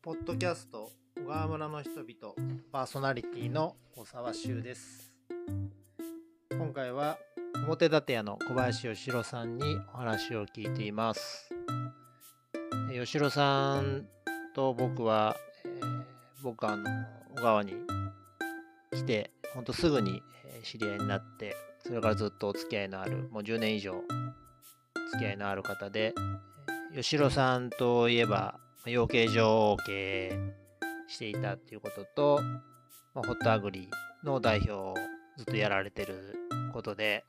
ポッドキャスト小川村の人々パーソナリティの小沢修です。今回は表立屋の小林義郎さんにお話を聞いています。義郎さんと僕は、僕は小川に来てほんとすぐに知り合いになって、それからずっとお付き合いのある、もう10年以上付き合いのある方で、義郎さんといえば養鶏場を経営していたっていうことと、ホットアグリの代表をずっとやられてることで、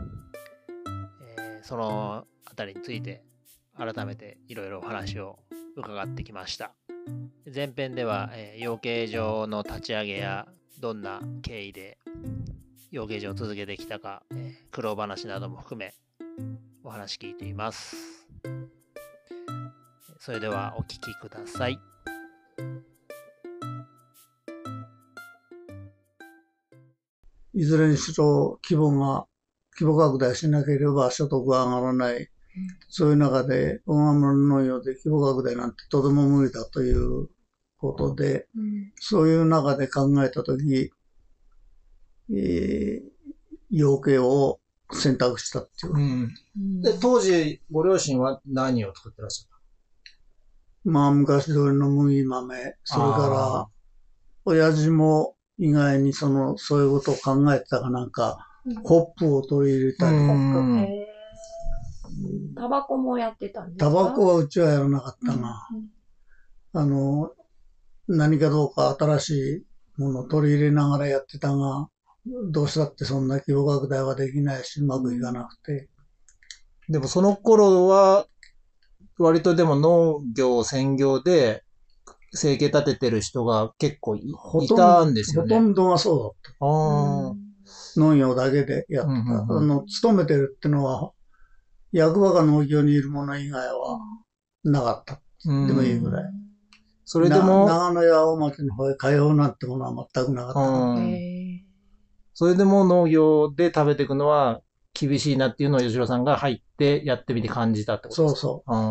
そのあたりについて改めていろいろお話を伺ってきました。前編では、養鶏場の立ち上げやどんな経緯で養鶏場を続けてきたか、苦労話なども含めお話聞いています。それではお聞きください。 いずれにしろ規模拡大しなければ所得が上がらない、そういう中で小川村農業で規模拡大なんてとても無理だということで、そういう中で考えたとき、養鶏を選択したっていう。 で、当時ご両親は何を作ってらっしゃった？ 昔通りの麦豆、それから親父も意外にそういうことを考えてたかなんか、ホップを取り入れたり。 タバコもやってたんですか？ タバコはうちはやらなかったな。何かどうか新しいものを取り入れながらやってたが、どうしたってそんな規模拡大はできないし、うまくいかなくて。 でもその頃は、割とでも農業、専業で生計立ててる人が結構いたんですよね。 ほとんどがそうだった。農業だけでやってた。勤めてるってのは、役場が農協にいるもの以外はなかった。でもいいぐらい。 それでも長野や青松の方へ通うなんてものは全くなかった。 それでも農業で食べていくのは厳しいなっていうのを吉郎さんが入ってやってみて感じたってことですか？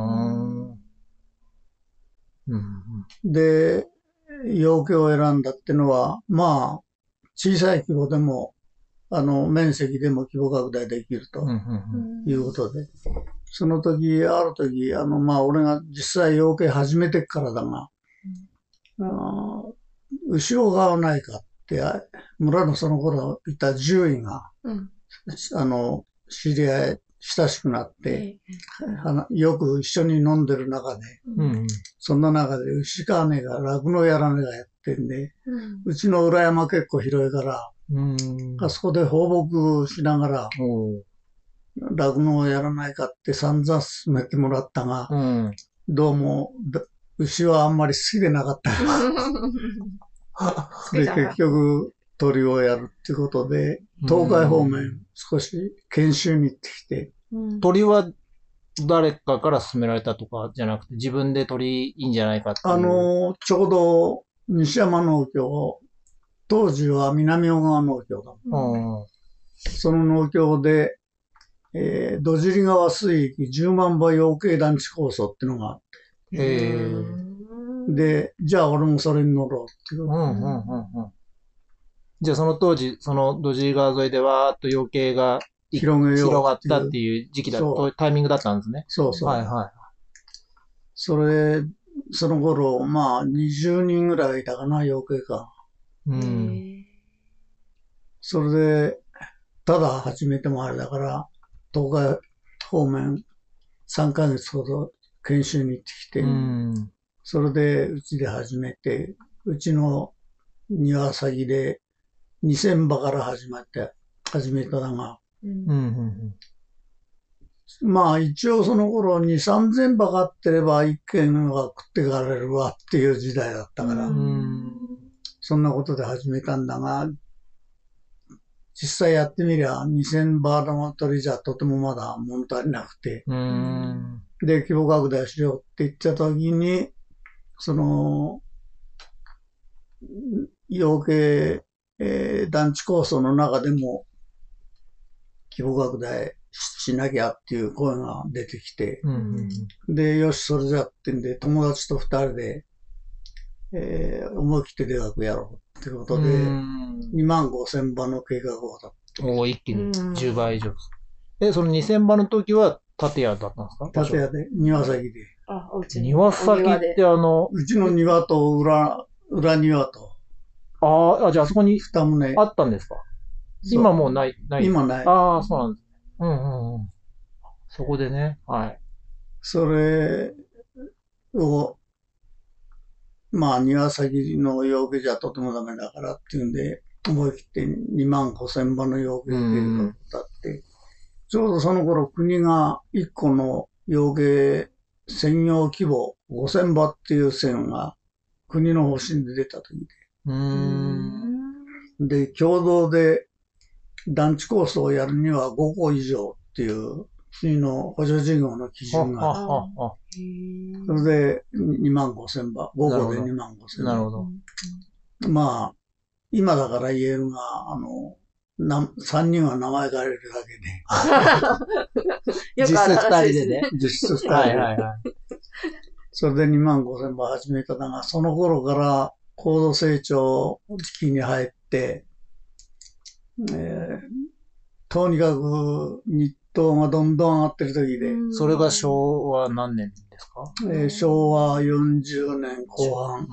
そうで、養鶏を選んだってのは、小さい規模でも、面積でも規模拡大できるということで、その時、ある時、俺が実際養鶏始めてからだが、牛を飼わないかって、村のその頃いた獣医が、知り合い、親しくなって、よく一緒に飲んでる中で、そんな中で牛飼わねえが酪農やらねえがやってんで、うちの裏山結構広いから、あそこで放牧しながら、酪農をやらないかって散々勧めてもらったが、どうも牛はあんまり好きでなかったで結局鳥をやるってことで、東海方面少し研修に行ってきて。 鳥は誰かから勧められたとかじゃなくて、自分で鳥いいんじゃないかっていう。 ちょうど西山農協、当時は南小川農協だ。その農協で、土尻川水域10万羽養鶏団地構想っていうのがあって。で、じゃあ俺もそれに乗ろうっていう。 じゃあその当時、その土尻川沿いでわーっと養鶏が広がったっていう時期だと、タイミングだったんですね。 そう。その頃、20人ぐらいいたかな、養鶏家。それで、ただ始めてもあれだから、東海方面3ヶ月ほど研修に行ってきて、それでうちで始めて、うちの庭先で2000羽から始めたのが、一応その頃2、3000羽飼ってれば一軒は食っていかれるわっていう時代だったから、そんなことで始めたんだが、実際やってみりゃ2000羽の鳥じゃとてもまだ物足りなくて、で、規模拡大しようって言った時に、養鶏、団地構想の中でも規模拡大しなきゃっていう声が出てきて、で、よし、それじゃってんで、友達と2人で思い切ってでかくやろうってことで、25,000羽の計画を立って。 一気に10倍以上。その2000羽の時は建屋だったんですか？ 建屋で、庭先で。 お家庭先ってうちの庭と裏庭と。 じゃあそこに 2棟あったんですか？今もうない。 今ない。 そうなんです。そこでね、はい。 それを、庭先の養鶏じゃとてもダメだからっていうんで、思い切って25,000羽の養鶏計画を立って、ちょうどその頃国が1個の養鶏専用規模5,000羽っていう線が国の方針で出た時で、共同で団地構想をやるには5個以上っていう国の補助事業の基準があって、それで25,000羽、5個で25,000羽。 なるほど。 今だから言えるが、3人は名前変えれるだけで。 実質2人でね。 実質2人で。はいはいはい。それで25,000羽始めたのが、その頃から高度成長時期に入って、とにかく日当がどんどん上がってる時で。 それが昭和何年ですか？ 昭和40年後半。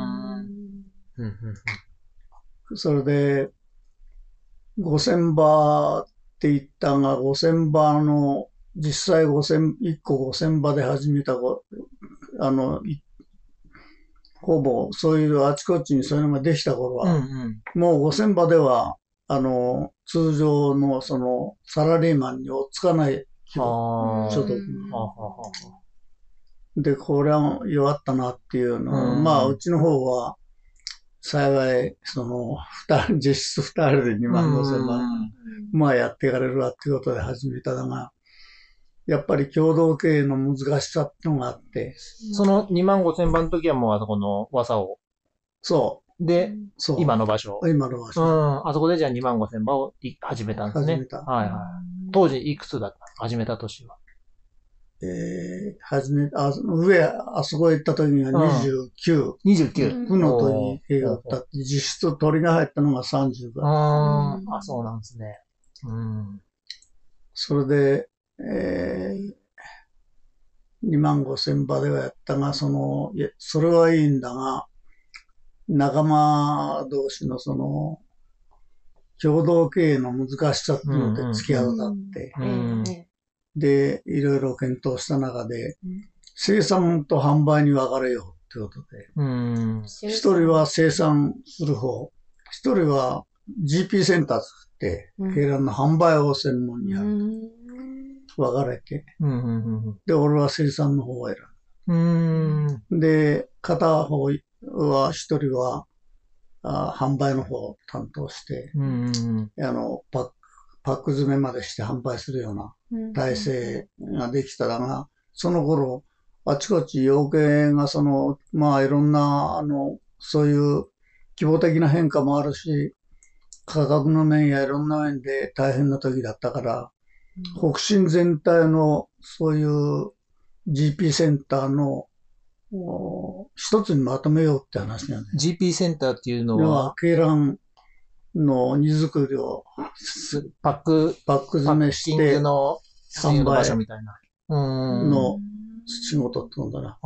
それで、5,000羽って言ったが、5,000羽の、実際1個5,000羽で始めた、ほぼそういうあちこちにそういうのができた頃は、もう5,000羽では、通常のそのサラリーマンに追っつかない規模、所得。で、これは弱ったなっていうのを、うちの方は、幸い、実質2人で25,000羽、やっていかれるわっていうことで始めたのが、やっぱり共同経営の難しさっていうのがあって。 その25,000羽の時はもうあそこの技を。 そう。 で、今の場所。 今の場所。 あそこでじゃあ25,000羽を始めたんですね。 始めた。 はいはい。当時いくつだった始めた年は。 上、あそこへ行った時には29。 29。 区の時計があったって、実質鳥が入ったのが30ぐらい。 そうなんですね。 それで、25,000羽ではやったが、それはいいんだが、仲間同士の共同経営の難しさっていうので付き合うだって、で、いろいろ検討した中で、生産と販売に分かれようってことで、一人は生産する方、一人は GP センター作って、鶏卵の販売を専門にやる。分かれて、で、俺は生産の方を選ぶ。で、片方は、一人は販売の方を担当して、パック詰めまでして販売するような体制ができたらが、その頃、あちこち養鶏がいろんな、そういう規模的な変化もあるし、価格の面やいろんな面で大変な時だったから、北進全体のそういう GP センターの一つにまとめようって話なんだよ。 GP センターっていうのは鶏卵の荷造りをパック詰めして、 の販売みたいなの仕事ってことだな。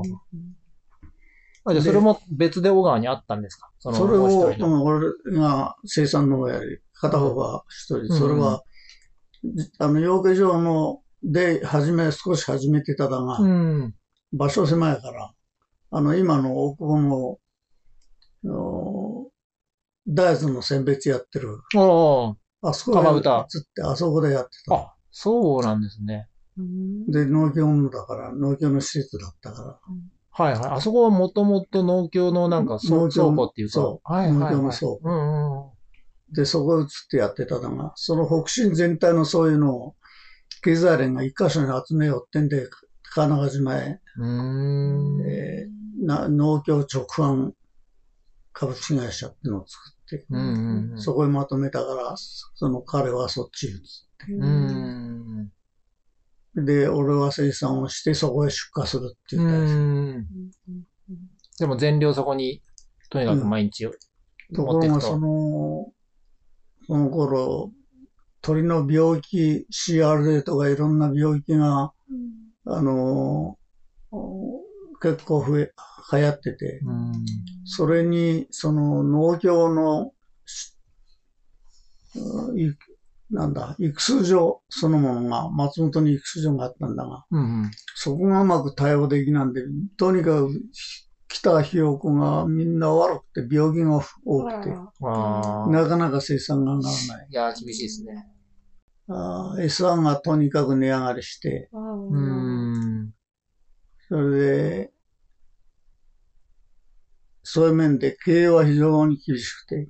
じゃあそれも別で小川にあったんですか？ それを、俺が生産の方やり、片方が一人。それは、養鶏場で少し始めてただが、場所狭いから、今の大久保の、大豆の選別やってる。あそこで釣って、あそこでやってた。 そうなんですね。 で、農協のだから、農協の施設だったから。 はいはい。あそこはもともと農協の倉庫っていうか。 そう。農協の倉庫。で、そこを移ってやってたのが、その北進全体のそういうのを、経済連が一箇所に集めようってんで、金ヶ島へ、農協直販株式会社っていうのを作って、そこへまとめたから、彼はそっちへ移って。で、俺は生産をして、そこへ出荷するっていう体制。 でも全量そこに、とにかく毎日ところがその頃、鳥の病気、CRA とかいろんな病気が、結構流行ってて、それに、その農協の、育数所そのものが、松本に育数所があったんだが、そこがうまく対応できなんで、とにかく来たひよこがみんな悪くて、病気が多くて、なかなか生産が上がらない。 いや、厳しいですね。 餌がとにかく値上がりして、それで、そういう面で経営は非常に厳しくて、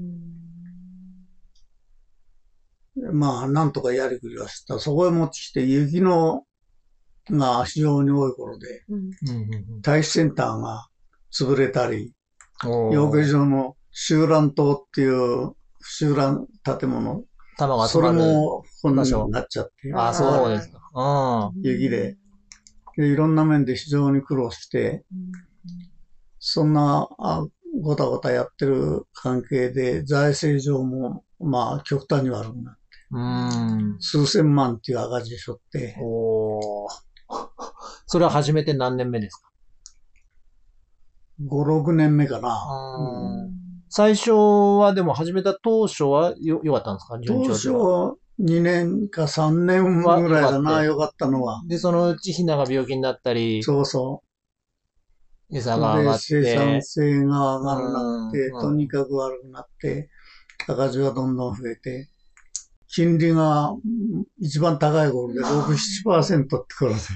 まあ、なんとかやりくりはした。そこへ持ってきて、雪が非常に多い頃で、大使センターが潰れたり、養鶏場の集卵棟っていう集卵建物、それもこんなになっちゃって。 そうですか。 雪で。いろんな面で非常に苦労して、そんなごたごたやってる関係で、財政上も、まあ、極端に悪くなって。数千万っていう赤字しょって。 それは始めて何年目ですか？ 5、6年目かな。 最初はでも始めた当初は良かったんですか？ 当初は2年か3年ぐらいかな、良かったのは。 で、そのうちヒナが病気になったり。 そうそう。 餌が上がって。 生産性が上がらなくて、とにかく悪くなって、赤字がどんどん増えて、金利が一番高い頃で 6、7% って頃で。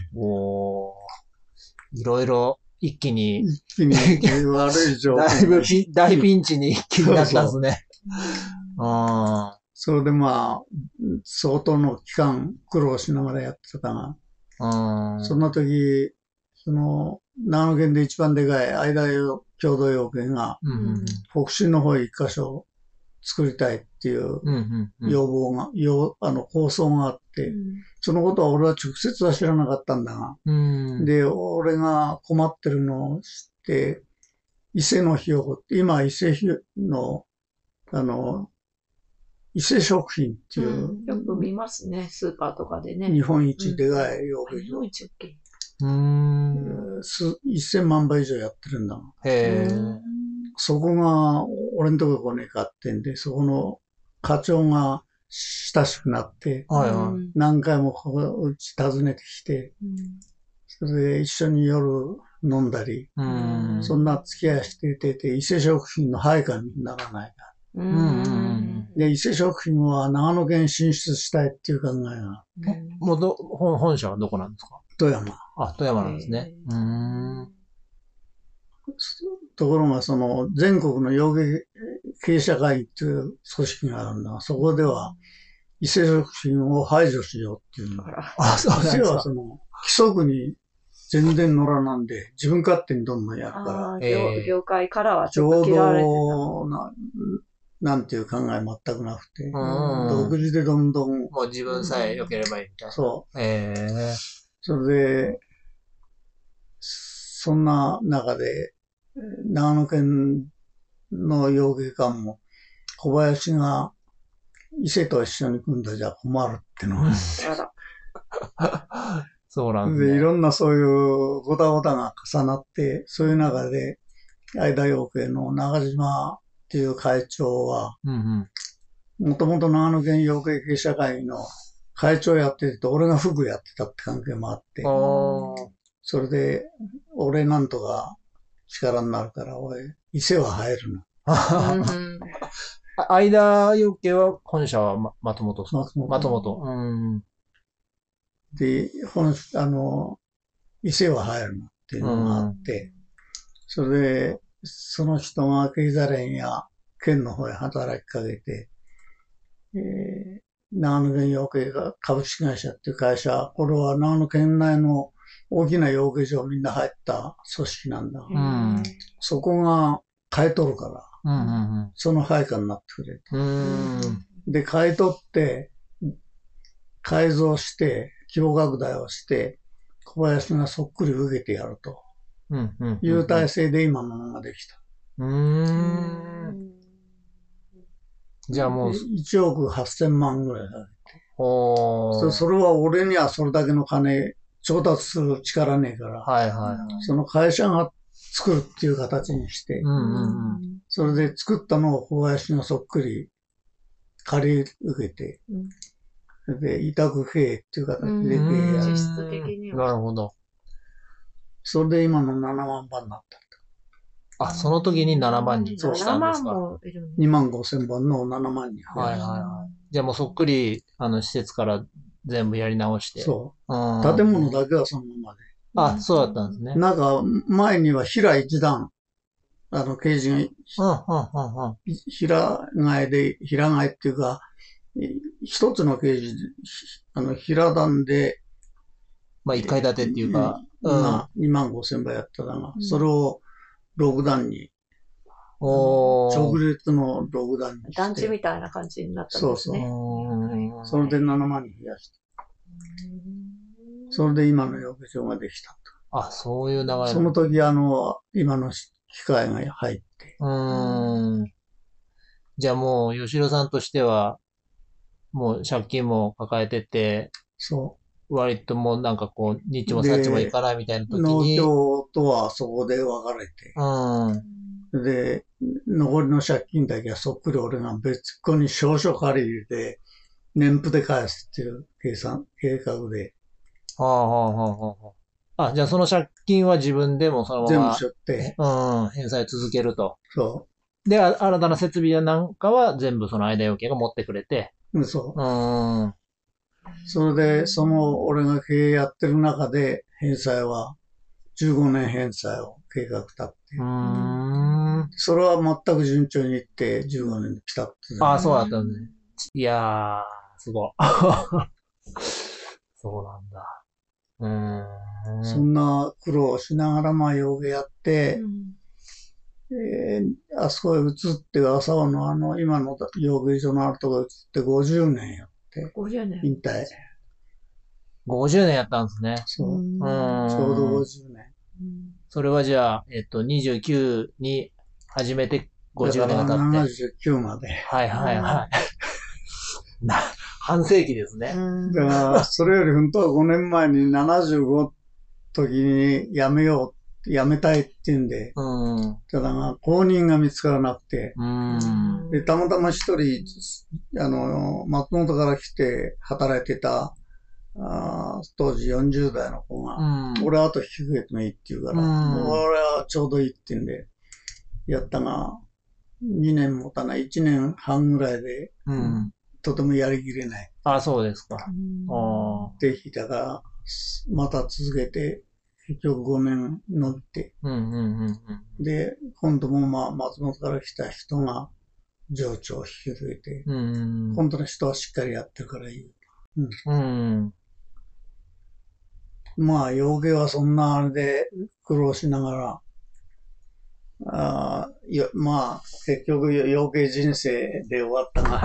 いろいろ一気に悪い状況。 大ピンチに一気になったんですね。 それでまあ、相当の期間苦労しながらやってたが、そんな時、長野県で一番でかい間共同養鶏が、北進の方へ一箇所作りたいっていう要望が、構想があって、そのことは俺は直接は知らなかったんだが、で、俺が困ってるのを知って、伊勢のひよこって、今伊勢の、伊勢食品っていう、 よく見ますね、スーパーとかでね。 日本一でかい養鶏場。 日本一大きい。 1000万羽以上やってるんだ。そこが俺のところ来ねえかってんで、そこの課長が親しくなって、何回もうち訪ねてきて、それで一緒に夜飲んだり、そんな付き合いしてて、伊勢食品の配下にならないか。で、伊勢食品は長野県進出したいっていう考えが。 本社はどこなんですか？ 富山。 富山なんですね。 ところが、全国の養鶏経営者会議っていう組織があるんだが、そこでは、伊勢食品を排除しようっていうの。伊勢は規則に全然乗らなんで、自分勝手にどんどんやるから。 業界からはちょっと嫌われてた。 なんていう考え全くなくて、独自でどんどん。 もう自分さえ良ければいいみたいな。 そう。それで、そんな中で、長野県の養鶏館も、小林が伊勢と一緒に組んだじゃ困るってのがそうなんですね。 で、いろんなそういうごたごたが重なって、そういう中で、間養鶏の長島っていう会長は、もともと長野県養鶏経営者会議の会長やってて、俺が副やってたって関係もあって、それで、俺なんとか力になるから、伊勢は入るの。 間養鶏は、本社は松本ですか？松本。 で、伊勢は入るのっていうのがあって、それで、その人が経済連や県の方へ働きかけて、長野県養鶏株式会社っていう会社、これは長野県内の大きな養鶏場みんな入った組織なんだ。そこが買い取るから、その配下になってくれと。で、買い取って、改造して、規模拡大をして、小林がそっくり受けてやると。 いう体制で今のままできた。 じゃあもう。 1億8000万ぐらいだ。 それは俺にはそれだけの金調達する力ねえから、その会社が作るっていう形にして、それで作ったのを小林がそっくり借り受けて、で、委託経営っていう形で経営やる。 実質的には。 なるほど。 それで今の7万番になった。 その時に7万にしたんですか。 2万5千番の7万に。 じゃあもうそっくり、施設から全部やり直して。 そう。建物だけはそのままで。そうだったんですね。 なんか、前には平一段、ケージが、平替えっていうか、一つのケージ、平段で、 1階建てっていうか、 2万5千番やったのが、それを6段に、直列の6段にして。 団地みたいな感じになったんですね。 それで7万に増やした。それで今の養鶏場ができたと。そういう流れ。 その時今の機械が入って。 じゃあもう、吉野さんとしては、もう借金も抱えてて、割ともうなんかこう、ニッチもサッチもいかないみたいな時に。 農協とはそこで別れて。で、残りの借金だけはそっくり俺が別個に証書借り入れて、年付で返すっていう計画で。 じゃあその借金は自分でもそのまま。 全部背負って。 返済続けると。 そう。 で、新たな設備やなんかは全部その間養鶏が持ってくれて。 そう。それで、俺が経営やってる中で、返済は、15年返済を計画立って。それは全く順調にいって、15年で来たって。 そうだったんですね。いやー、すごい。そうなんだ。 そんな苦労しながら、養鶏やって、あそこへ移って、朝尾の今の養鶏場のあるとこへ移って50年やって。 50年。 引退。 50年やったんですね。 そう。ちょうど50年。 それはじゃあ、29に始めて50年が経って。 79まで。 半世紀ですね。 だから、それより本当は5年前に75の時に辞めたいって言うんで、ただが、後任が見つからなくて、で、たまたま一人、松本から来て働いてた、当時40代の子が、俺はあと引き受けてもいいって言うから、俺はちょうどいいって言うんで、やったが、2年もたない、1年半ぐらいで、とてもやりきれない。 そうですか。 できたから、また続けて、結局5年伸びて、で、今度も松本から来た人が上長を引き受けて、今度の人はしっかりやってるからいい。養鶏はそんなあれで苦労しながら、結局養鶏人生で終わったが。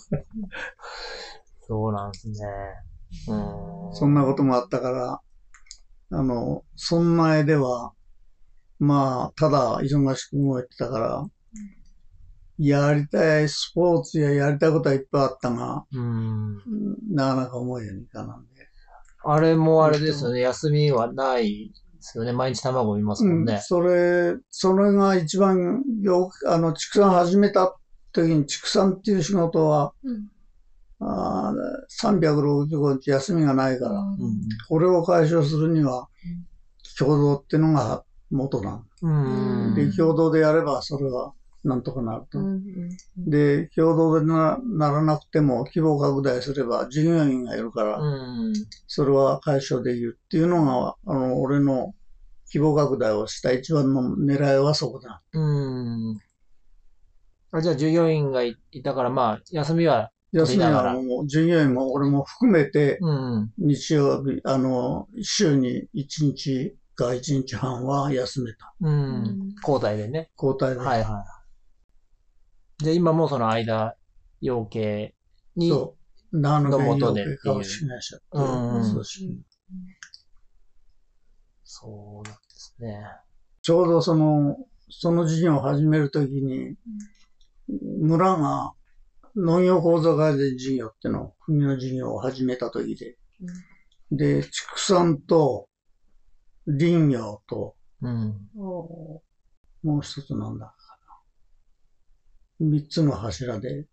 そうなんですね。 そんなこともあったから、そんな絵では、ただ忙しく動いてたから、やりたいスポーツやりたいことはいっぱいあったが、なかなか思うようにいかなんで。 あれもあれですよね、休みはないですよね。毎日卵見ますもんね。 それが一番畜産始めた時に畜産っていう仕事は、365日休みがないから、これを解消するには、共同っていうのが元なの。で、共同でやればそれはなんとかなると。で、共同でならなくても規模拡大すれば従業員がいるから、それは解消できるっていうのが、俺の規模拡大をした一番の狙いはそこだ。 じゃあ従業員がいたから休みはもう従業員も俺も含めて、日曜日、週に1日か1日半は休めた。 交代でね。 交代で。 じゃあ今もその間、養鶏に、 長野県養元でっていう。 株式会社っていう組織。 そうなんですね。 ちょうどその事業を始めるときに、村が農業構造改善事業っていうのを、国の事業を始めたときで、で、畜産と林業と、もう一つなんだ。三つの柱で、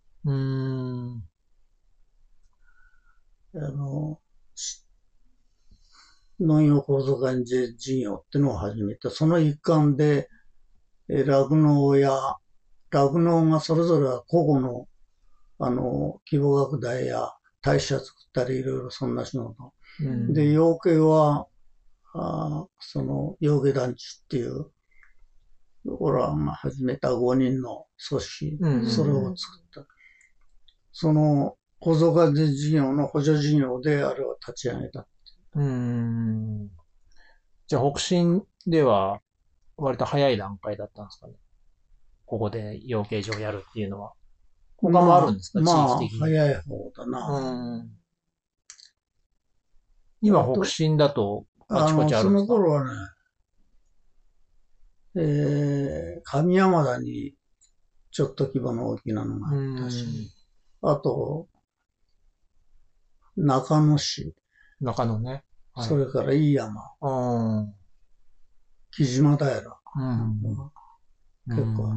農業構造改善事業っていうのを始めて、その一環で、酪農がそれぞれは個々の、規模拡大や大社作ったりいろいろそんな仕事。で、養鶏は、その養鶏団地っていう、俺らが始めた5人の組織、それを作った。その構造改善事業の補助事業であれを立ち上げた。 じゃあ、北進では割と早い段階だったんですかね。ここで養鶏場をやるっていうのは。他もあるんですか、地域的に。 早い方だな。 今、北進だと、あちこちあるんですか？ その頃はね、上山田にちょっと規模の大きなのがあったし、あと、中野市。 中野ね。 はい、それから飯山。木島平。結構。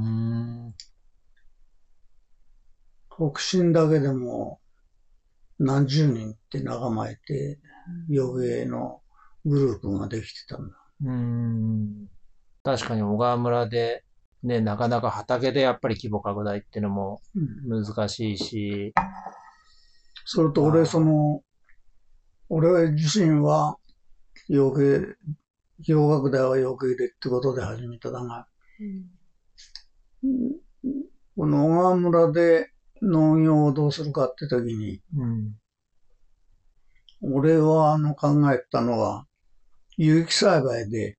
北進だけでも何十人って仲間いて、養鶏のグループができてたんだ。 確かに小川村で、ね、なかなか畑でやっぱり規模拡大っていうのも難しいし。 それと俺自身は養鶏、規模拡大は養鶏でってことで始めただが、この小川村で農業をどうするかって時に、俺は考えたのは、有機栽培で、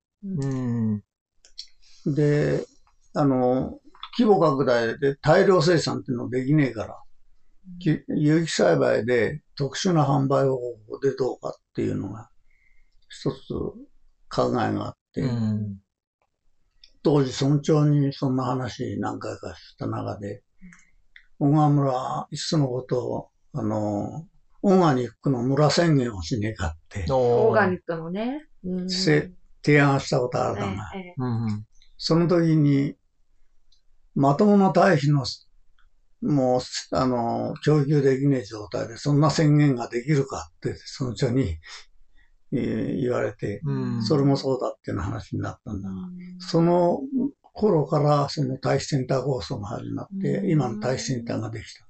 で、規模拡大で大量生産っていうのできねえから、有機栽培で特殊な販売方法でどうかっていうのが一つ考えがあって、当時村長にそんな話何回かした中で、小川村、いっそのことを、オーガニックの村宣言をしねえかって。 オーガニックのね。 提案したことあるだが、その時に、まともな堆肥の、もう、供給できねえ状態で、そんな宣言ができるかって、村長に、言われて、それもそうだっていう話になったんだが、その頃からその堆肥センター構想が始まって、今の堆肥センターができた。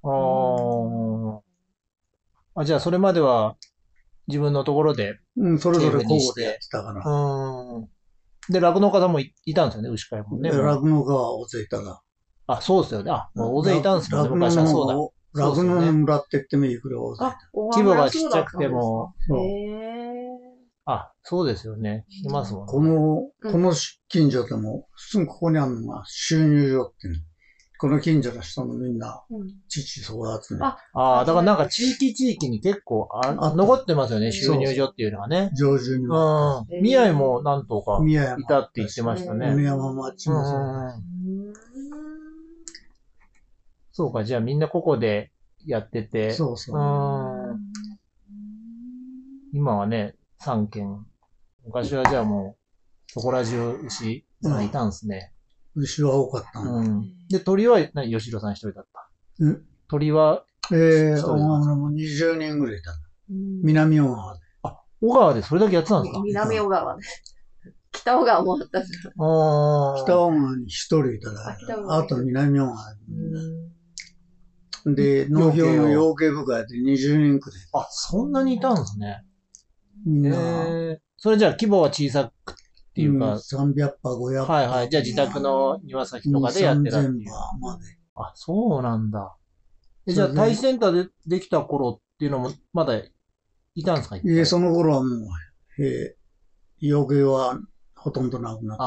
じゃあそれまでは自分のところで、 それぞれ交互でやってたから。 で、酪農家さんもいたんですよね、牛飼いもね。 酪農家は大勢いたが。 そうですよね。大勢いたんですよね、昔はそうだ。 酪農の村って言ってもいいくらい大勢いた。 規模がちっちゃくても。そうですよね。聞きますもんね。この近所でも、すぐここにあるのが収入所っていう。この近所の人もみんな、父そこ集め。 だからなんか地域に結構残ってますよね、収入所っていうのがね。 上旬に。 宮城も何とかいたって言ってましたね。 宮山町もそうだ。 そうか、じゃあみんなここでやってて。 そうそう。 今はね、3軒。昔はじゃあもう、そこら中牛さんいたんですね。 牛は多かったんだ。で、鳥は吉野さん一人だった。鳥はもう20人ぐらいいた。南小川で。 小川でそれだけやってたんですか？ 南小川で。北小川もあったじゃん。 北小川に一人いただけ。あと南小川で。農協の養鶏部会で20人くらい。 そんなにいたんですね。 みんな。 それじゃあ規模は小さくっていうか。 300羽、500羽。 じゃあ自宅の庭先とかでやってたっていう。 まで。 そうなんだ。じゃあ堆肥センターでできた頃っていうのもまだいたんですか？ その頃はもう、養鶏はほとんどなくなった。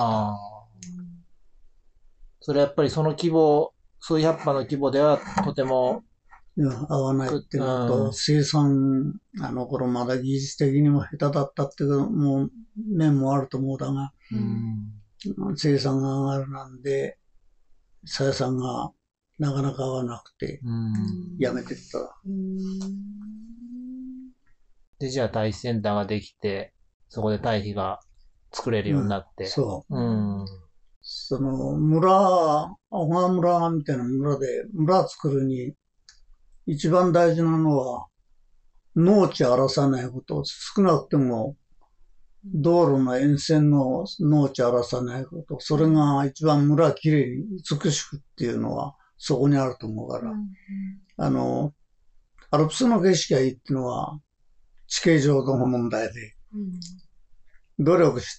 それやっぱりその規模、数百羽の規模ではとても合わないっていうのと、生産、頃まだ技術的にも下手だったっていうもう面もあると思うだが、 生産が上がるなんで、採算がなかなか合わなくて、やめてった。 で、じゃあ堆肥センターができて、そこで堆肥が作れるようになって。 そう。その小川村みたいな村で、村作るに、一番大事なのは、農地荒らさないこと。少なくても、道路の沿線の農地荒らさないこと。それが一番村きれいに美しくっていうのは、そこにあると思うから。アルプスの景色がいいっていうのは、地形上の問題で、努力して、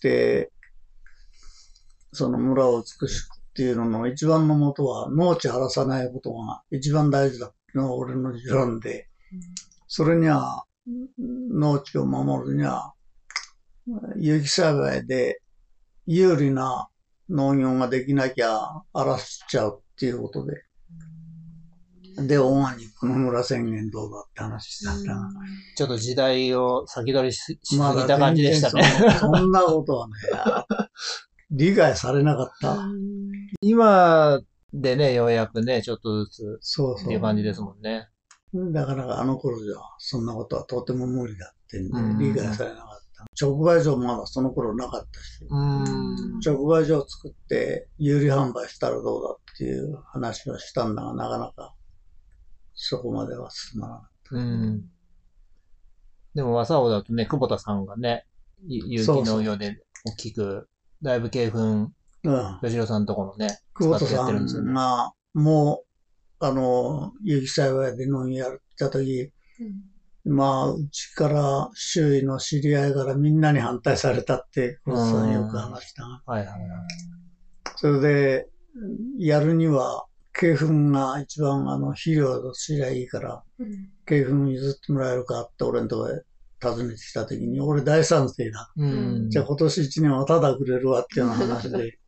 その村を美しくっていうのの一番のもとは、農地荒らさないことが一番大事だっていうのが俺の持論で、それには、農地を守るには、有機栽培で有利な農業ができなきゃ荒らしちゃうっていうことで、で、オーガニックの村宣言どうだって話したんだが。 ちょっと時代を先取りしすぎた感じでしたね。 そんなことはね、理解されなかった。 今でね、ようやくね、ちょっとずつっていう感じですもんね。 だからあの頃じゃ、そんなことはとても無理だってんで、理解されなかった。直売所もまだその頃なかったし、直売所を作って有利販売したらどうだっていう話はしたんだが、なかなかそこまでは進まなかった。 でも、和佐尾だとね、久保田さんがね、有機農業で大きく、だいぶ鶏粉、吉野さんのところね、 久保田さんが、もう、有機栽培で農業やったとき、うちから周囲の知り合いからみんなに反対されたって、久保田さんよく話した。それで、やるには、鶏粉が一番肥料としりゃいいから、鶏粉譲ってもらえるかって俺のところへ訪ねてきたときに、俺大賛成だ。じゃあ今年1年はただくれるわっていうような話で、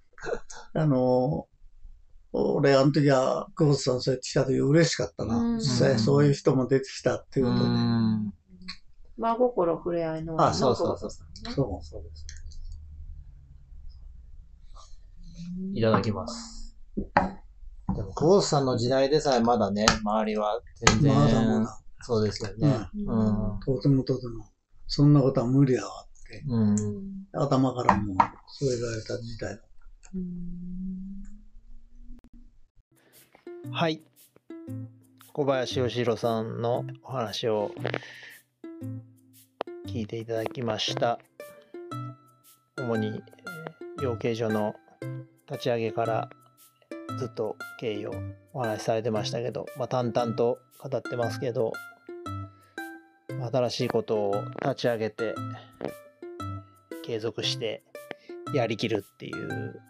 俺あの時は久保田さんそうやって来た時嬉しかったな。実際そういう人も出てきたっていうことで。 真心触れ合いの。 そうです。いただきます。でも、久保田さんの時代でさえまだね、周りは全然、まだそうですよね。 とても。そんなことは無理だわって。頭からもそう言われた時代だ。 はい。小林義弘さんのお話を聞いていただきました。主に養鶏場の立ち上げからずっと経緯をお話しされてましたけど、淡々と語ってますけど、新しいことを立ち上げて継続してやりきるっていう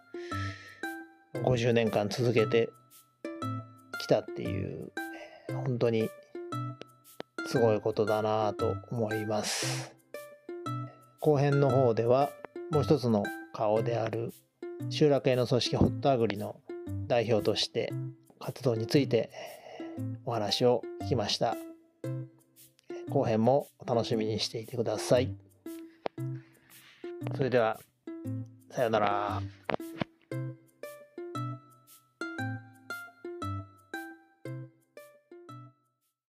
50年間続けてきたっていう本当にすごいことだなと思います。後編の方ではもう一つの顔である集落営の組織ホットアグリの代表として活動についてお話を聞きました。後編もお楽しみにしていてください。それではさようなら。